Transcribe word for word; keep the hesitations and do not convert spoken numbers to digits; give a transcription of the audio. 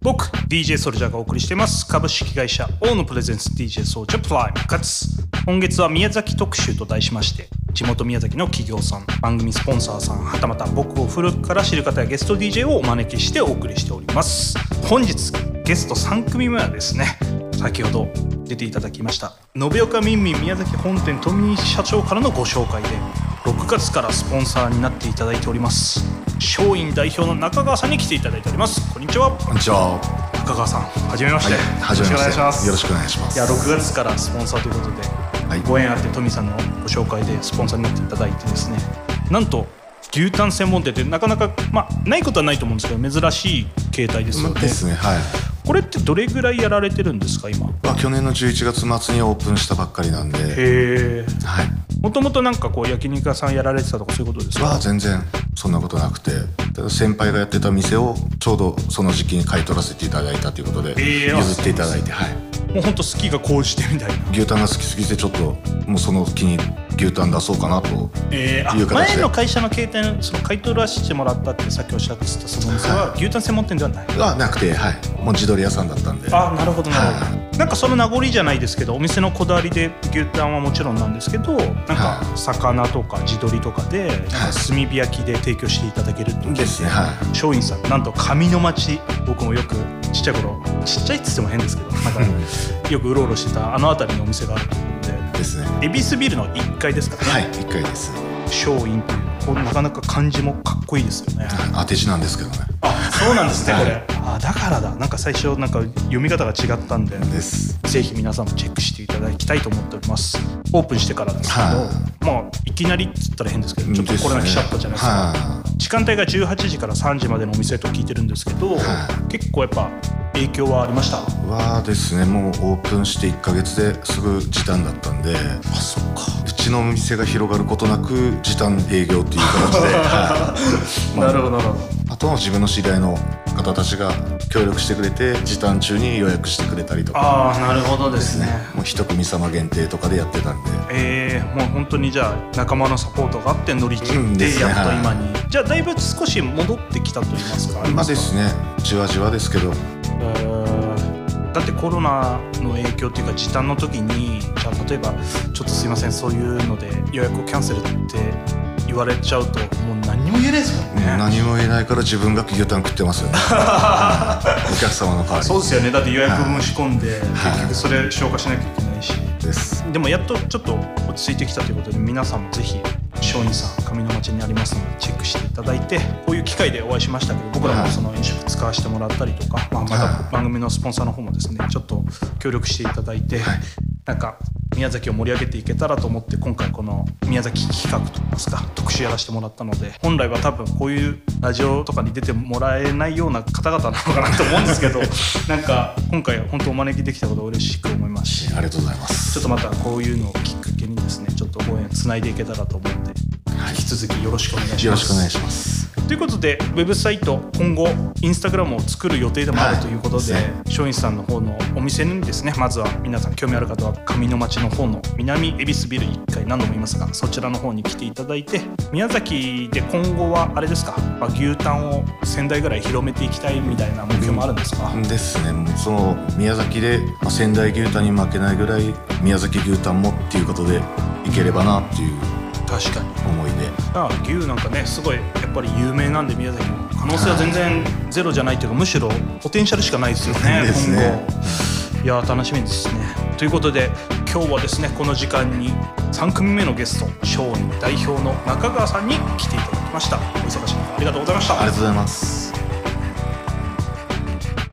僕 ディージェー ソルジャーがお送りしています株式会社大野プレゼンツ ディージェー ソルジャープライムかつ今月は宮崎特集と題しまして、地元宮崎の企業さん、番組スポンサーさん、はたまた僕を古くから知る方やゲスト ディージェー をお招きしてお送りしております。本日ゲストさん組目はですね、先ほど出ていただきました延岡みんみん宮崎本店富井社長からのご紹介で、ろくがつからスポンサーになっていただいております松陰代表の中川さんに来ていただいております。こんにちは。 こんにちは。 中川さん、はじめまして、はい、 はじめまして、 よろしくお願いします。 よろしくお願いします。 いやろくがつからスポンサーということで、はい、ご縁あって富井さんのご紹介でスポンサーになっていただいてですね、なんと牛タン専門店ってなかなか、まあ、ないことはないと思うんですけど珍しい形態ですよね。 ですね、はい。 これってどれぐらいやられてるんですか今？ まあ、去年のじゅういちがつ末にオープンしたばっかりなんで。 へー、 はい。 もともとなんかこう焼肉屋さんやられてたとかそういうことですか？ あ、全然そんなことなくて、ただ先輩がやってた店をちょうどその時期に買い取らせていただいたということで、えー、譲っていただいて、はい。 もうほんと好きが高じてみたいな。 牛タンが好きすぎてちょっともうその気に牛タン出そうかなという形で、 えー、前の会社の携帯のその買い取らせてもらったってさっきおっしゃってたその店は牛タン専門店ではない？ はなくて、はい、もう地鶏屋さんだったんで。 あ、なるほどなるほど、はい、なんかその名残じゃないですけど、お店のこだわりで牛タンはもちろんなんですけど、なんか魚とか地鶏とかでなんか炭火焼きで提供していただけるっていうですね、はい。 松陰さん、なんと上の町、僕もよくちっちゃい頃、ちっちゃいって言っても変ですけど、なんかよくうろうろしてたあの辺りにお店があるということでですね。恵比寿ビルのいっかいですかね。 はい、いっかいです。 松陰っていうこれなかなか漢字もかっこいいですよね。 当て字なんですけどね。 あ、そうなんですね、 はい、 これ。あ、だからだ。なんか最初なんか読み方が違ったんで、 です。ぜひ皆さんもチェックしていただきたいと思っております。オープンしてからですけど、 はあ、まあいきなりって言ったら変ですけど、ちょっとコロナ来ちゃったじゃないですか。はあ、時間帯がじゅうはちじからさんじまでのお店と聞いてるんですけど、はあ、結構やっぱ影響はありました？ はですね、もうオープンしていっかげつですぐ時短だったんで。 あ、そっか。 うちの店が広がることなく時短営業っていう形で、はい、 なるほどなるほど。 あとは自分の知り合いの方たちが協力してくれて時短中に予約してくれたりとか。 ああ、なるほどですね。 もう一組様限定とかでやってたんで、 えー、もう本当にじゃあ仲間のサポートがあって乗り切ってやっと今に、うんね、はい、じゃあだいぶ少し戻ってきたと言いますか？ まあですね、じわじわですけど、 えー、だってコロナの影響っていうか時短の時に、じゃあ例えばちょっとすいませんそういうので予約をキャンセルって言われちゃうともう何にも言えないですもんね。 何も言えないから自分が牛タン食ってますよねお客様の代わりに。 そうですよね。だって予約申し込んで、はい、結局それ消化しなきゃいけないし、 です。 でもやっとちょっと落ち着いてきたということで、皆さんもぜひ松陰さん上の町にありますのでチェックしていただいて、こういう機会でお会いしましたけど、僕らもその飲食使わせてもらったりとか、まあ、また番組のスポンサーの方もですねちょっと協力していただいて、はい、なんか宮崎を盛り上げていけたらと思って今回この宮崎企画といいますか特集やらせてもらったので、本来は多分こういうラジオとかに出てもらえないような方々なのかなと思うんですけどなんか今回本当お招きできたことを嬉しく思いますし、 ありがとうございます。 ちょっとまたこういうのをきっかけにですねちょっとご縁つないでいけたらと思って、はい、引き続きよろしくお願いします。 よろしくお願いします。 ということでウェブサイト今後インスタグラムを作る予定でもあるということで、はい、松陰さんの方のお店にですね、まずは皆さん興味ある方は上の町の方の南恵比寿ビルいっかい、何度も言いますがそちらの方に来ていただいて、宮崎で今後はあれですか、まあ、牛タンをせんだいぐらい広めていきたいみたいな目標もあるんですか？ ですね。もうその宮崎で仙台牛タンに負けないぐらい宮崎牛タンもっていうことでいければなっていう確かに思いで、 ああ牛なんかねすごいやっぱり有名なんで、宮崎も可能性は全然ゼロじゃないというか、むしろポテンシャルしかないですよねですね。 今後いや楽しみですね。ということで今日はですねこの時間にさん組目のゲスト松陰代表の中川さんに来ていただきました。お忙しい中ありがとうございました。 ありがとうございます。